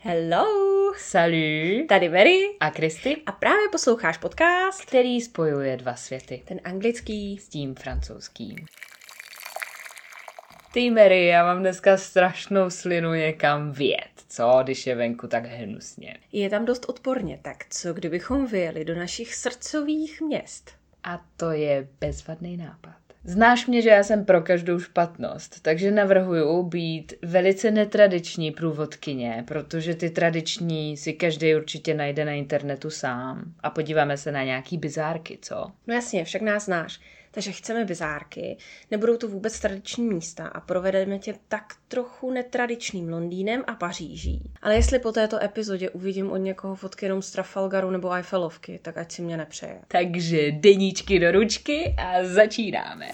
Hello! Salut! Tady Mary A Kristy, a právě posloucháš podcast, který spojuje dva světy. ten anglický. S tím francouzským. Ty Mary, já mám dneska strašnou slinu někam vyjet, co, když je venku tak hnusně. Je tam dost odporně, tak co kdybychom vyjeli do našich srdcových měst? A to je bezvadný nápad. Znáš mě, že já jsem pro každou špatnost, takže navrhuju být velice netradiční průvodkyně, protože ty tradiční si každý určitě najde na internetu sám a podíváme se na nějaký bizárky, co? No jasně, však nás znáš. Takže chceme bizárky, nebudou to vůbec tradiční místa a provedeme tě tak trochu netradičním Londýnem a Paříží. Ale jestli po této epizodě uvidím od někoho fotky jenom z Trafalgaru nebo Eiffelovky, tak ať si mě nepřeje. Takže deníčky do ručky a začínáme.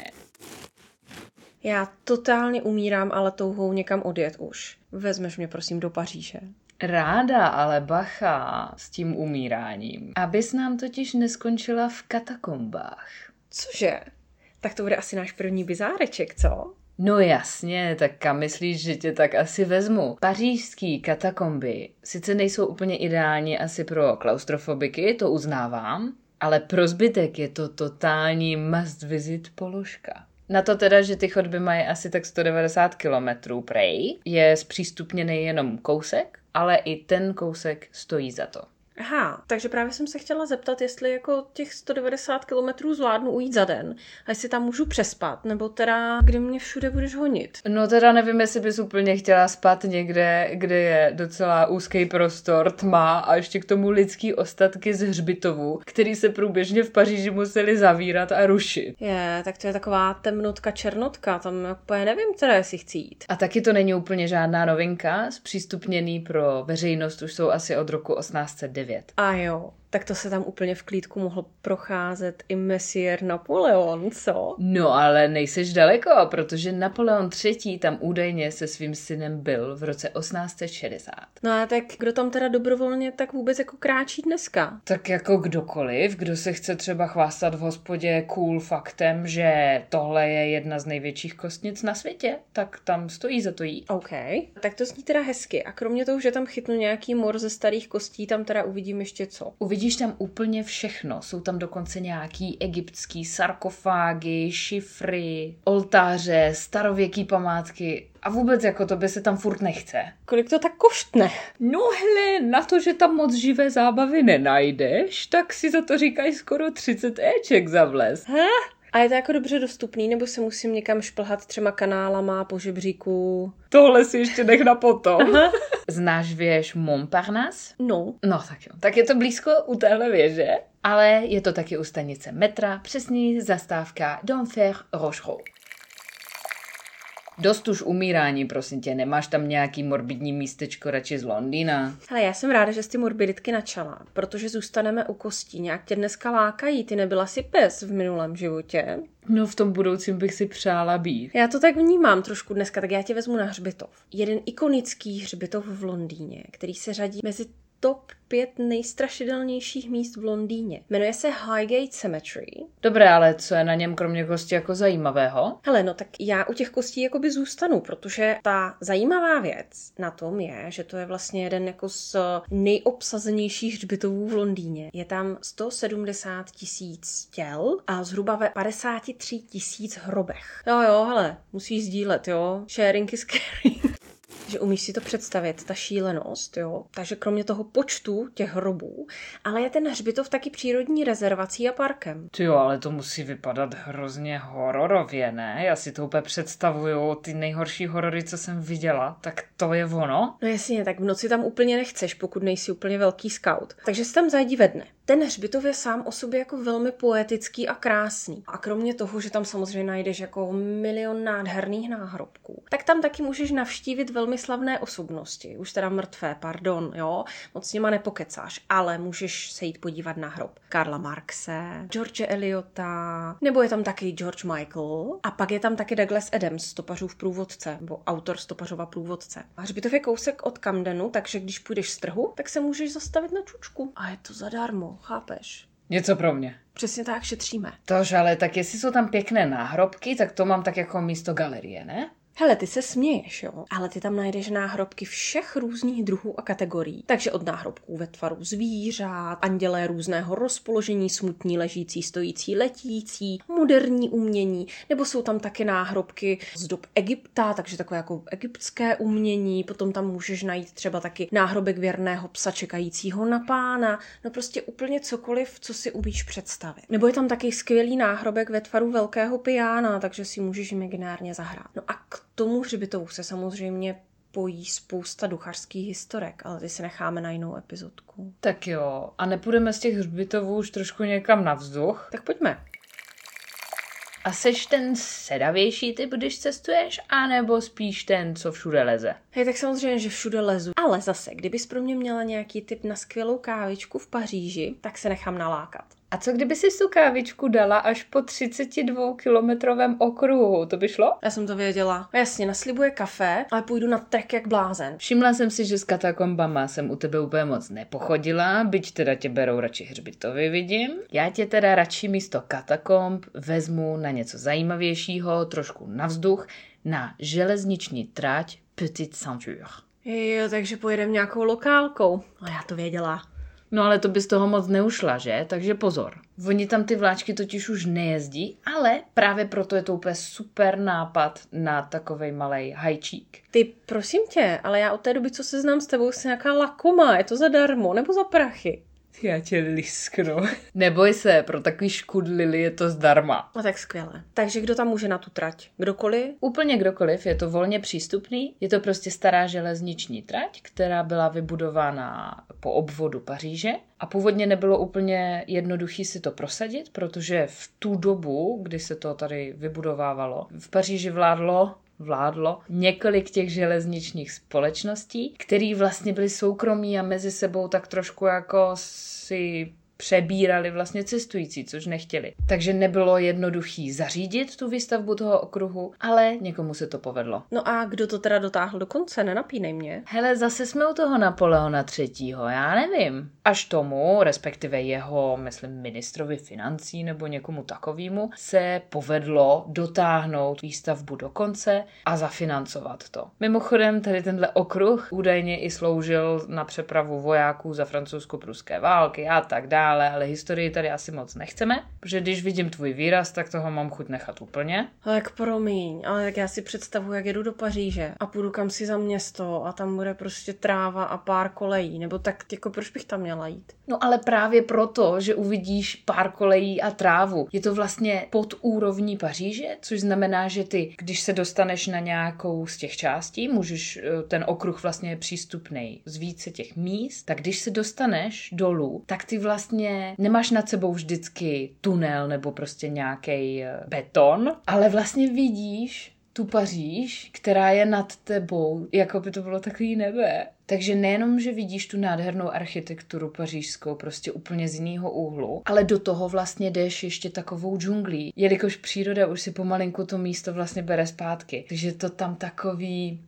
Já totálně umírám, ale touhou někam odjet už. Vezmeš mě prosím do Paříže. Ráda, ale bacha s tím umíráním. Abys nám totiž neskončila v katakombách. Cože? Tak to bude asi náš první bizáreček, co? No jasně, tak kam myslíš, že tě tak asi vezmu? Pařížský katakomby sice nejsou úplně ideální asi pro klaustrofobiky, to uznávám, ale pro zbytek je to totální must visit položka. Na to teda, že ty chodby mají asi tak 190 kilometrů prej, je zpřístupněný jenom kousek, ale i ten kousek stojí za to. Aha, takže právě jsem se chtěla zeptat, jestli jako těch 190 kilometrů zvládnu ujít za den a jestli tam můžu přespat, nebo teda kde mě všude budeš honit. No teda nevím, jestli bys úplně chtěla spát někde, kde je docela úzký prostor, tma a ještě k tomu lidský ostatky z hřbitovu, který se průběžně v Paříži museli zavírat a rušit. Tak to je taková temnotka, černotka, tam úplně nevím teda, jestli chci jít. A taky to není úplně žádná novinka, zpřístupněný pro veřejnost už jsou asi od roku 1809. A jo, tak to se tam úplně v klídku mohl procházet i Messier Napoleon, co? No ale nejseš daleko, protože Napoleon III. Tam údajně se svým synem byl v roce 1860. No a tak kdo tam teda dobrovolně tak vůbec jako kráčí dneska? Tak jako kdokoliv, kdo se chce třeba chvástat v hospodě cool faktem, že tohle je jedna z největších kostnic na světě, tak tam stojí za to jít. OK, tak to zní teda hezky. A kromě toho, že tam chytnu nějaký mor ze starých kostí, tam teda uvidím ještě co? Uvidíš tam úplně všechno. Jsou tam dokonce nějaký egyptský sarkofágy, šifry, oltáře, starověký památky a vůbec jako to by se tam furt nechce. Kolik to tak koštne? No hele, na to, že tam moc živé zábavy nenajdeš, tak si za to říkají skoro 30 éček za vles. A je to jako dobře dostupný, nebo se musím někam šplhat 3 kanálama po žebříku? Tohle si ještě nech na potom. Aha. Znáš věž Montparnasse? No. No tak jo. Tak je to blízko u téhle věže, ale je to taky u stanice metra, přesně zastávka d'Enfer Rochereau. Dost už umírání, prosím tě, nemáš tam nějaký morbidní místečko radši z Londýna? Ale já jsem ráda, že jsi ty morbiditky načala, protože zůstaneme u kostí. Nějak tě dneska lákají, ty nebyla si pes v minulém životě. No v tom budoucím bych si přála být. Já to tak vnímám trošku dneska, tak já tě vezmu na hřbitov. Jeden ikonický hřbitov v Londýně, který se řadí mezi top 5 nejstrašidelnějších míst v Londýně. Jmenuje se Highgate Cemetery. Dobré, ale co je na něm kromě kosti jako zajímavého? Hele, no tak já u těch kostí jakoby zůstanu, protože ta zajímavá věc na tom je, že to je vlastně jeden jako z nejobsazenějších hřbitovů v Londýně. Je tam 170 000 těl a zhruba ve 53 000 hrobech. Jo, hele, musíš sdílet, jo. Sharing is caring. Že umíš si to představit, ta šílenost, jo. Takže kromě toho počtu těch hrobů, ale je ten hřbitov taky přírodní rezervací a parkem. Ty jo, ale to musí vypadat hrozně hororově, ne? Já si to úplně představuju, ty nejhorší horory, co jsem viděla, tak to je ono? No jasně, tak v noci tam úplně nechceš, pokud nejsi úplně velký scout. Takže si tam zajdi ve dne. Ten hřbitov je sám o sobě jako velmi poetický a krásný. A kromě toho, že tam samozřejmě najdeš jako milion nádherných náhrobků, tak tam taky můžeš navštívit velmi slavné osobnosti. Už teda mrtvé, pardon, jo, moc s nima nepokecáš, ale můžeš se jít podívat na hrob Karla Marxe, George Eliota, nebo je tam taky George Michael a pak je tam taky Douglas Adams, stopařův průvodce, nebo autor stopařova průvodce. A hřbitov je kousek od Camdenu, takže když půjdeš z trhu, tak se můžeš zastavit na čučku. A je to zadarmo, chápeš? Něco pro mě. Přesně tak, šetříme. Tož, ale tak jestli jsou tam pěkné náhrobky, tak to mám tak jako místo galerie, ne? Hele, ty se směješ, jo, ale ty tam najdeš náhrobky všech různých druhů a kategorií. Takže od náhrobků ve tvaru zvířat, andělé různého rozpoložení, smutní, ležící, stojící, letící, moderní umění, nebo jsou tam taky náhrobky z dob Egypta, takže takové jako egyptské umění, potom tam můžeš najít třeba taky náhrobek věrného psa čekajícího na pána, no prostě úplně cokoliv, co si umíš představit. Nebo je tam taky skvělý náhrobek ve tvaru velkého piána, takže si můžeš imaginárně zahrát. No a k tomu hřbitovu se samozřejmě pojí spousta duchařských historek, ale ty si necháme na jinou epizodku. Tak jo, a nepůjdeme z těch hřbitovů už trošku někam na vzduch? Tak pojďme. A seš ten sedavější typ, když cestuješ, anebo spíš ten, co všude leze? Hej, tak samozřejmě, že všude lezu. Ale zase, kdybys pro mě měla nějaký tip na skvělou kávičku v Paříži, tak se nechám nalákat. A co kdyby si tu kávičku dala až po 32-kilometrovém okruhu? To by šlo? Já jsem to věděla. Jasně, naslibuje kafe, ale půjdu na trek jak blázen. Všimla jsem si, že s katakombama jsem u tebe úplně moc nepochodila, byť teda tě berou radši hřbitovy, vidím. Já tě teda radši místo katakomb vezmu na něco zajímavějšího, trošku na vzduch, na železniční trať Petite Ceinture. Jo, takže pojedeme nějakou lokálkou. A já to věděla. No ale to by z toho moc neušla, že? Takže pozor. Oni tam ty vláčky totiž už nejezdí, ale právě proto je to úplně super nápad na takovej malej hajčík. Ty, prosím tě, ale já od té doby, co se znám s tebou, jsem nějaká lakoma. Je to zadarmo nebo za prachy? Já tě lisknu. Neboj se, pro takový škudlily je to zdarma. No tak skvěle. Takže kdo tam může na tu trať? Kdokoliv? Úplně kdokoliv, je to volně přístupný. Je to prostě stará železniční trať, která byla vybudována po obvodu Paříže. A původně nebylo úplně jednoduchý si to prosadit, protože v tu dobu, kdy se to tady vybudovávalo, v Paříži vládlo několik těch železničních společností, které vlastně byly soukromí a mezi sebou tak trošku jako si přebírali vlastně cestující, což nechtěli. Takže nebylo jednoduchý zařídit tu výstavbu toho okruhu, ale někomu se to povedlo. No a kdo to teda dotáhl do konce? Nenapínej mě. Hele, zase jsme u toho Napoleona III. Já nevím. Až tomu, respektive jeho, myslím, ministrovi financí nebo někomu takovému, se povedlo dotáhnout výstavbu do konce a zafinancovat to. Mimochodem, tady tenhle okruh údajně i sloužil na přepravu vojáků za francouzsko-pruské války a tak dále, ale historii tady asi moc nechceme, protože když vidím tvůj výraz, tak toho mám chuť nechat úplně. Tak promiň, ale tak já si představuji, jak jedu do Paříže a půjdu kam si za město a tam bude prostě tráva a pár kolejí, nebo tak jako proč bych tam měla jít? No ale právě proto, že uvidíš pár kolejí a trávu. Je to vlastně pod úrovní Paříže, což znamená, že ty, když se dostaneš na nějakou z těch částí, můžeš, ten okruh vlastně je přístupný z více těch míst, tak když se dostaneš dolů, tak ty vlastně nemáš nad sebou vždycky tunel nebo prostě nějaký beton, ale vlastně vidíš tu Paříž, která je nad tebou, jako by to bylo takový nebe. Takže nejenom, že vidíš tu nádhernou architekturu pařížskou prostě úplně z jiného úhlu, ale do toho vlastně jdeš ještě takovou džunglí, jelikož příroda už si pomalinku to místo vlastně bere zpátky. Takže to tam takový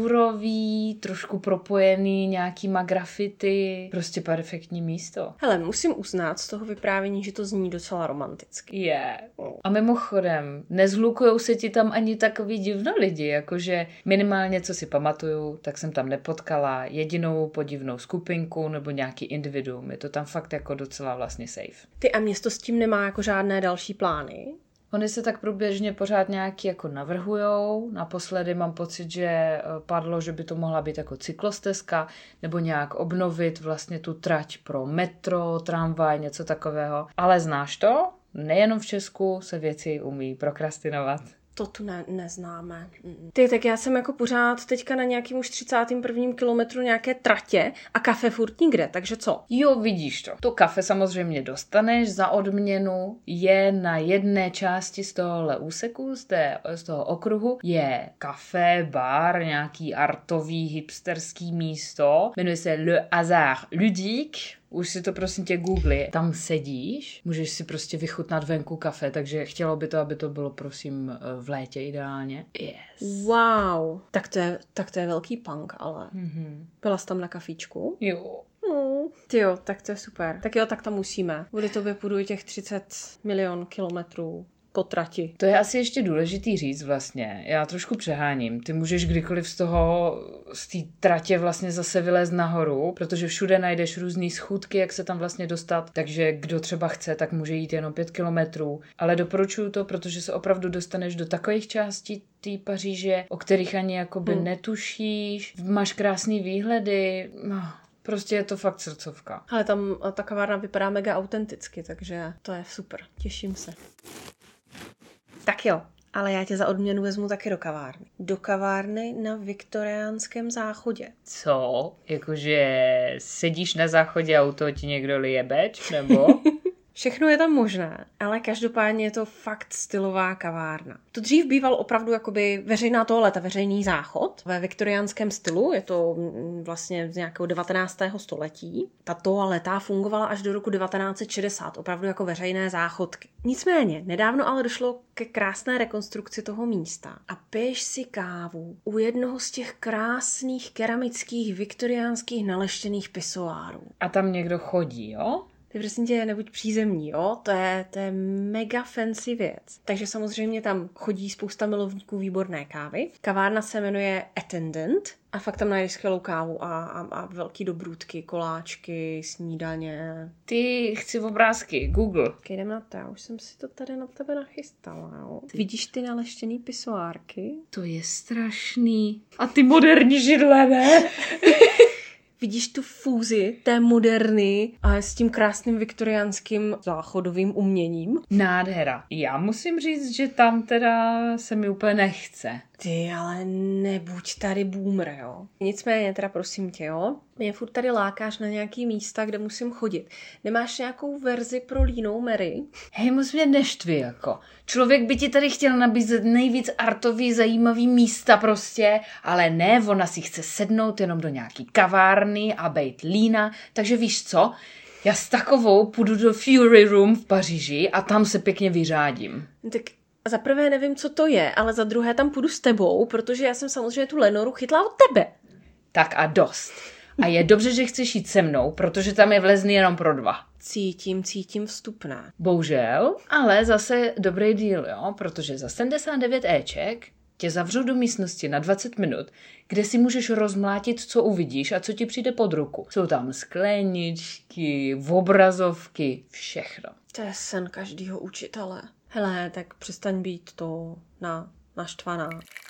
surový, trošku propojený nějakýma grafity, prostě perfektní místo. Hele, musím uznat z toho vyprávění, že to zní docela romanticky. Je. A mimochodem, nezhlukujou se ti tam ani takový divno lidi, jakože minimálně, co si pamatuju, tak jsem tam nepotkala jedinou podivnou skupinku nebo nějaký individuum. Je to tam fakt jako docela vlastně safe. Ty a město s tím nemá jako žádné další plány? Oni se tak průběžně pořád nějaký jako navrhujou. Naposledy mám pocit, že padlo, že by to mohla být jako cyklostezka nebo nějak obnovit vlastně tu trať pro metro, tramvaj, něco takového. Ale znáš to? Nejenom v Česku se věci umí prokrastinovat. To tu neznáme. Ty, tak já jsem jako pořád teďka na nějakým už 31. kilometru nějaké tratě a kafe furt nikde, takže co? Jo, vidíš to. To kafe samozřejmě dostaneš za odměnu, je na jedné části z tohohle úseku, z toho okruhu, je kafe, bar, nějaký artový, hipsterský místo, jmenuje se Le Hasard Ludique. Už si to prosím tě googli. Tam sedíš, můžeš si prostě vychutnat venku kafe, takže chtělo by to, aby to bylo prosím v létě ideálně. Yes. Wow. Tak to je velký punk, ale. Byla jsi tam na kafíčku? Jo. Tyjo, tak to je super. Tak jo, tak tam musíme. Kvůli tobě půjdu těch 30 milion kilometrů potrati. To je asi ještě důležitý říct vlastně. Já trošku přeháním. Ty můžeš kdykoliv z té tratě vlastně zase vylézt nahoru, protože všude najdeš různý schůdky, jak se tam vlastně dostat, takže kdo třeba chce, tak může jít jenom 5 kilometrů. Ale doporučuju to, protože se opravdu dostaneš do takových částí té Paříže, o kterých ani jakoby netušíš. Máš krásný výhledy. Prostě je to fakt srdcovka. Ale tam ta kavárna vypadá mega autenticky, takže to je super. Těším se. Tak jo, ale já tě za odměnu vezmu taky do kavárny. Do kavárny na Viktoriánském záchodě. Co? Jakože sedíš na záchodě a u toho ti někdo lije beč, nebo? Všechno je tam možné, ale každopádně je to fakt stylová kavárna. To dřív býval opravdu jakoby veřejná toaleta, veřejný záchod ve viktoriánském stylu, je to vlastně z nějakého 19. století. Ta toaleta fungovala až do roku 1960, opravdu jako veřejné záchodky. Nicméně, nedávno ale došlo ke krásné rekonstrukci toho místa a piješ si kávu u jednoho z těch krásných keramických viktoriánských naleštěných pisoárů. A tam někdo chodí, jo? Ty prosím tě, nebuď přízemní, jo? To je mega fancy věc. Takže samozřejmě tam chodí spousta milovníků výborné kávy. Kavárna se jmenuje Attendant a fakt tam najdeš skvělou kávu a velký dobrůdky, koláčky, snídaně. Ty chci obrázky, Google. Jdem na to, já už jsem si to tady na tebe nachystala, jo? Vidíš ty naleštěný pisoárky? To je strašný. A ty moderní židle, ne? Vidíš tu fúzi té moderny a s tím krásným viktoriánským záchodovým uměním? Nádhera. Já musím říct, že tam teda se mi úplně nechce. Ty, ale nebuď tady boomer, jo. Nicméně, teda prosím tě, jo. Mě furt tady lákáš na nějaký místa, kde musím chodit. Nemáš nějakou verzi pro línou Mary? Hej, moc mě neštví, jako. Člověk by ti tady chtěl nabízet nejvíc artový, zajímavý místa prostě, ale ne, ona si chce sednout jenom do nějaký kavárny a bejt lína, takže víš co? Já s takovou půjdu do Fury Room v Paříži a tam se pěkně vyřádím. Tak za prvé nevím, co to je, ale za druhé tam půjdu s tebou, protože já jsem samozřejmě tu Lenoru chytla od tebe. Tak a dost. A je dobře, že chceš jít se mnou, protože tam je vlezný jenom pro 2. Cítím vstupné. Bohužel, ale zase dobrý díl, jo, protože za 79 éček tě zavřou do místnosti na 20 minut, kde si můžeš rozmlátit, co uvidíš a co ti přijde pod ruku. Jsou tam skleničky, obrazovky, všechno. To je sen každýho učitele. Hele, tak přestaň být to naštvaná.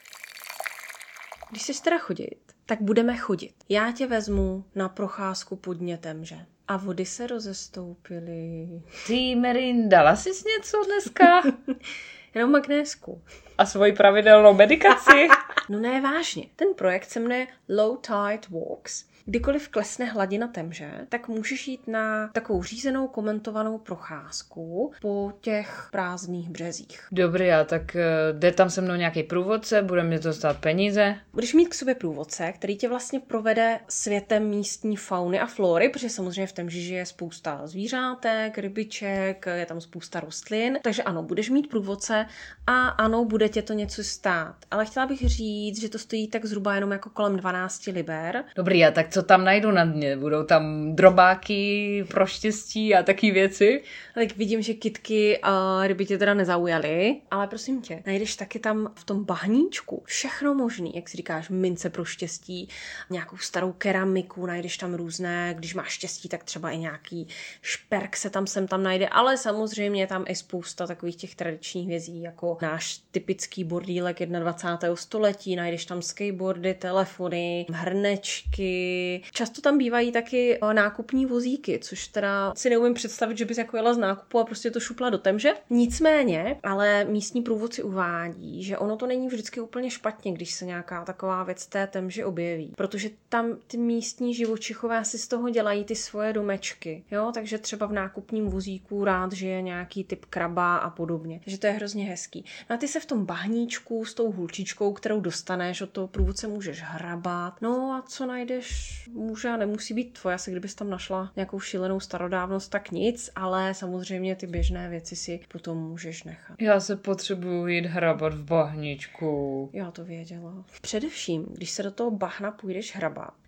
Když chceš teda chodit, tak budeme chodit. Já tě vezmu na procházku podnětem, že? A vody se rozestoupily. Ty, Merin, dala jsi něco dneska? Jenom magnésku. A svoji pravidelnou medikaci? No ne, vážně. Ten projekt se jmenuje Low Tide Walks. Kdykoliv klesne hladina Temže, tak můžeš jít na takovou řízenou komentovanou procházku po těch prázdných březích. Dobrý, a tak jde tam se mnou nějaký průvodce, bude mi to stát peníze? Budeš mít k sobě průvodce, který tě vlastně provede světem místní fauny a flory, protože samozřejmě v Temži žije spousta zvířátek, rybiček, je tam spousta rostlin, takže ano, budeš mít průvodce a ano, bude tě to něco stát. Ale chtěla bych říct, že to stojí tak zhruba jenom jako kolem 12 liber. Dobrý, a tak co tam najdu na dně? Budou tam drobáky pro štěstí a taky věci? Tak vidím, že kytky a ryby tě teda nezaujaly, ale prosím tě, najdeš taky tam v tom bahníčku všechno možný, jak si říkáš, mince pro štěstí, nějakou starou keramiku, najdeš tam různé, když máš štěstí, tak třeba i nějaký šperk se tam sem tam najde, ale samozřejmě je tam i spousta takových těch tradičních věcí, jako náš typický bordílek 21. století, najdeš tam skateboardy, telefony, hrnečky. Často tam bývají taky nákupní vozíky, což teda si neumím představit, že bys jako jela z nákupu a prostě to šupla do Temže. Nicméně, ale místní průvodci uvádí, že ono to není vždycky úplně špatně, když se nějaká taková věc té Temži objeví, protože tam ty místní živočichové si z toho dělají ty svoje domečky, jo, takže třeba v nákupním vozíku rád žije nějaký typ kraba a podobně. Takže to je hrozně hezký. No a ty se v tom bahníčku s tou hulčičkou, kterou dostaneš od toho průvodce, můžeš hrabat. No a co najdeš, může a nemusí být tvoje, asi kdybys tam našla nějakou šílenou starodávnost, tak nic, ale samozřejmě ty běžné věci si potom můžeš nechat. Já se potřebuji jít hrabat v bahničku. Já to věděla. Především, když se do toho bahna půjdeš hrabat,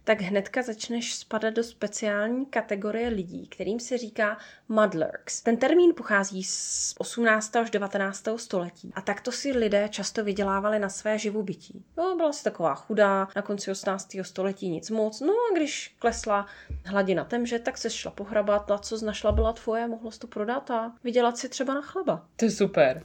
tak hnedka začneš spadat do speciální kategorie lidí, kterým se říká mudlarks. Ten termín pochází z 18. až 19. století a takto si lidé často vydělávali na své živobytí. No, byla si taková chudá, na konci 18. století nic moc, no a když klesla hladina temže, tak se šla pohrabat, a co našla byla tvoje, mohlo jsi to prodat a vydělat si třeba na chleba. To je super.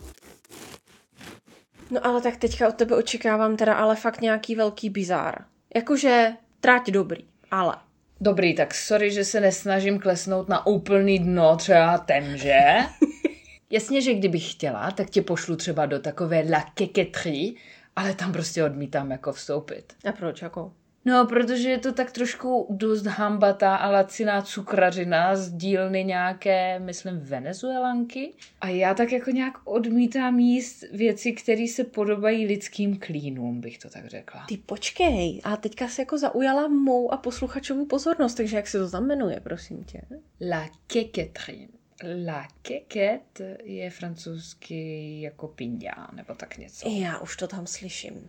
No ale tak teďka od tebe očekávám teda ale fakt nějaký velký bizár. Jakože trať dobrý, ale... Dobrý, tak sorry, že se nesnažím klesnout na úplný dno třeba temže. Jasně, že kdybych chtěla, tak tě pošlu třeba do takové la quéqueterie, ale tam prostě odmítám jako vstoupit. A proč jako? No, protože je to tak trošku dost hambatá a laciná cukrařina z dílny nějaké, myslím, Venezuelanky. A já tak jako nějak odmítám jíst věci, které se podobají lidským klínům, bych to tak řekla. Ty počkej, a teďka se jako zaujala mou a posluchačovou pozornost, takže jak se to tam jmenuje, prosím tě? La quéqueterie. La quéquette je francouzsky jako pindia, nebo tak něco. Já už to tam slyším.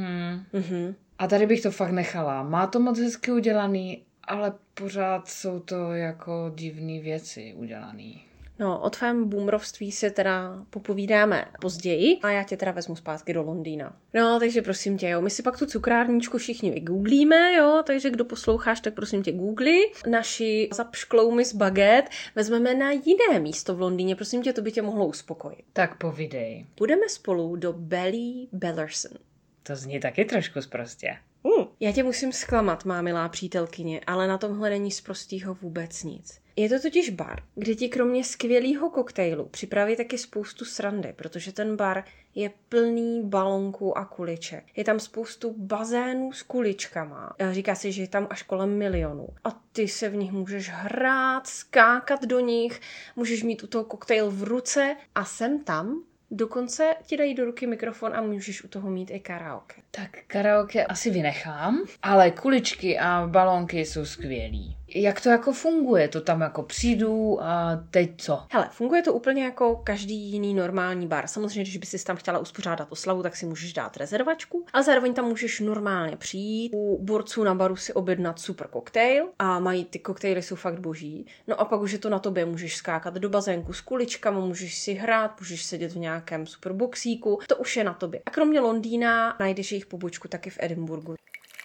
A tady bych to fakt nechala. Má to moc hezky udělaný, ale pořád jsou to jako divné věci udělaný. No, o tvém boomrovství se teda popovídáme později a já tě teda vezmu zpátky do Londýna. No, takže prosím tě, jo, my si pak tu cukrárničku všichni vygooglíme, jo, takže kdo posloucháš, tak prosím tě googli. Naši zapšklou Miss Baguette vezmeme na jiné místo v Londýně, prosím tě, to by tě mohlo uspokojit. Tak povídej. Půjdeme spolu do Bally Bellerson. To zní taky trošku sprostě. Já tě musím zklamat, má milá přítelkyně, ale na tomhle není z prostýho vůbec nic. Je to totiž bar, kde ti kromě skvělého koktejlu připraví taky spoustu srandy, protože ten bar je plný balonků a kuliček. Je tam spoustu bazénů s kuličkama. Říká se, že je tam až kolem 1 milionu. A ty se v nich můžeš hrát, skákat do nich, můžeš mít u toho koktejl v ruce a sem tam dokonce ti dají do ruky mikrofon a můžeš u toho mít i karaoke. Tak karaoke asi vynechám, ale kuličky a balónky jsou skvělý. Jak to jako funguje? To tam jako přijdu a teď co? Hele, funguje to úplně jako každý jiný normální bar. Samozřejmě, když by si tam chtěla uspořádat oslavu, tak si můžeš dát rezervačku, ale zároveň tam můžeš normálně přijít. U borců na baru si objednat super koktejl a mají ty koktejly jsou fakt boží. No a pak už je to na tobě, můžeš skákat do bazénku s kuličkama, můžeš si hrát, můžeš sedět v nějakém super boxíku. To už je na tobě. A kromě Londýna najdeš jejich pobočku taky v Edinburghu.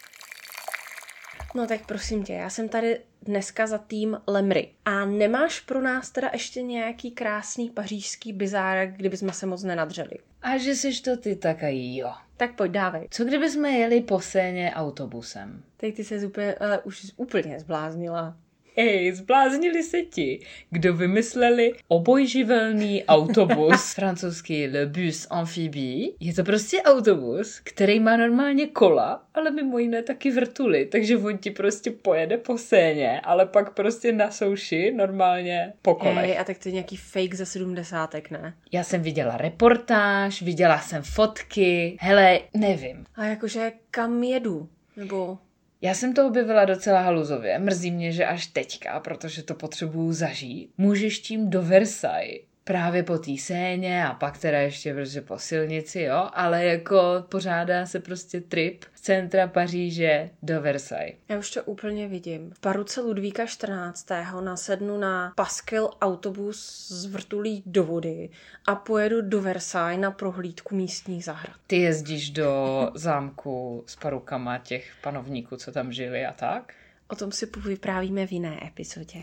No tak prosím tě, já jsem tady dneska za tým Lemry. A nemáš pro nás teda ještě nějaký krásný pařížský bizárek, kdybychom se moc nenadřeli? A že seš to ty, tak a jo. Tak pojď, dávej. Co kdyby jsme jeli po Séně autobusem? Teď ty se už úplně zbláznila. Zbláznili se ti, kdo vymysleli obojživelný autobus, francouzský le bus amphibie. Je to prostě autobus, který má normálně kola, ale mimo jiné taky vrtuly, takže on ti prostě pojede po Séně, ale pak prostě na souši normálně po kolech. A tak to je nějaký fake za 70, ne? Já jsem viděla reportáž, viděla jsem fotky, hele, nevím. A jakože kam jedu? Nebo... Já jsem to objevila docela haluzově. Mrzí mě, že až teďka, protože to potřebuju zažít. Můžeš tím do Versailles. Právě po té Séně a pak teda ještě prostě po silnici, jo, ale jako pořádá se prostě trip z centra Paříže do Versailles. Já už to úplně vidím. V paruce Ludvíka 14. nasednu na Pascal autobus z vrtulí do vody a pojedu do Versailles na prohlídku místních zahrad. Ty jezdíš do zámku s parukama těch panovníků, co tam žili a tak? O tom si povyprávíme v jiné epizodě.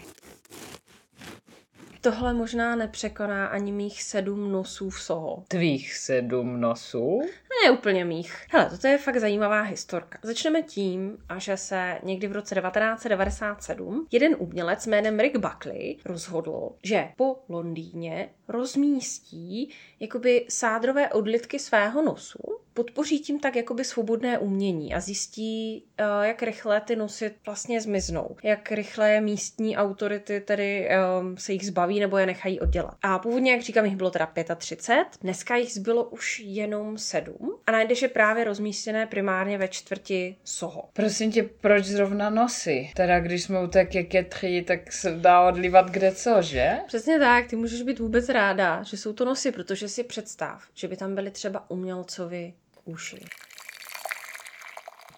Tohle možná nepřekoná ani mých 7 nosů v Soho. Tvých 7 nosů? Ne úplně mých. Hele, toto je fakt zajímavá historka. Začneme tím, že se někdy v roce 1997 jeden umělec jménem Rick Buckley rozhodl, že po Londýně rozmístí jakoby sádrové odlitky svého nosu, podpoří tím tak jakoby svobodné umění a zjistí, jak rychle ty nosy vlastně zmiznou. Jak rychle místní autority tedy se jich zbaví nebo je nechají oddělat. A původně, jak říkám, jich bylo teda 35, dneska jich zbylo už jenom 7 a najdeš je právě rozmístěné primárně ve čtvrti Soho. Prosím tě, proč zrovna nosy? Teda když jsme u té quéqueterie, tak se dá odlívat kde co, že? Přesně tak, ty můžeš být vůbec ráda, že jsou to nosy, protože si představ, že by tam byly třeba umělcovi uši.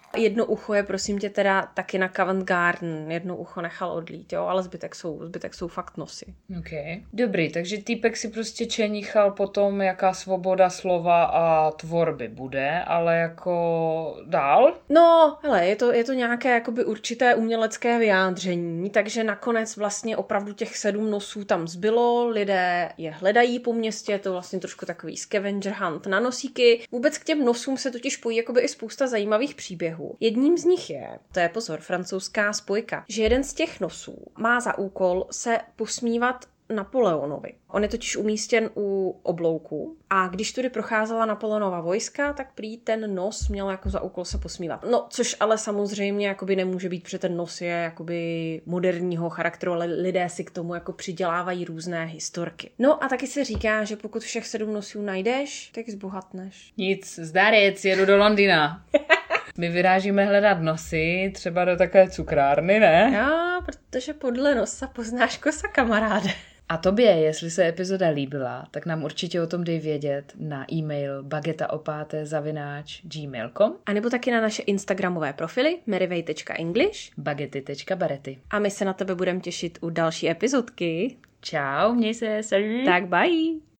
Jedno ucho je prosím tě teda taky na Covent Garden, jedno ucho nechal odlít, jo, ale zbytek jsou fakt nosy. Okay. Dobrý, takže týpek si prostě čenichal potom, jaká svoboda slova a tvorby bude, ale jako dál? No, hele, je to nějaké jakoby určité umělecké vyjádření, takže nakonec vlastně opravdu těch 7 nosů tam zbylo, lidé je hledají po městě, je to vlastně trošku takový scavenger hunt na nosíky. Vůbec k těm nosům se totiž pojí jakoby i spousta zajímavých příběhů. Jedním z nich je, to je pozor, francouzská spojka, že jeden z těch nosů má za úkol se posmívat Napoleonovi. On je totiž umístěn u oblouku a když tudy procházela Napoleonova vojska, tak prý ten nos měl jako za úkol se posmívat. No, což ale samozřejmě jakoby nemůže být, protože ten nos je jakoby moderního charakteru, ale lidé si k tomu jako přidělávají různé historky. No a taky se říká, že pokud všech 7 nosů najdeš, tak zbohatneš. Nic, zdarec, jedu do Londýna. My vyrážíme hledat nosy, třeba do takové cukrárny, ne? Jo, protože podle nosa poznáš kosa, kamaráde. A tobě, jestli se epizoda líbila, tak nám určitě o tom dej vědět na e-mail bagetaopáté@gmail.com a nebo taky na naše instagramové profily merivej.english bagety.barety. a my se na tebe budeme těšit u další epizodky. Čau, měj se, salut. Tak bye!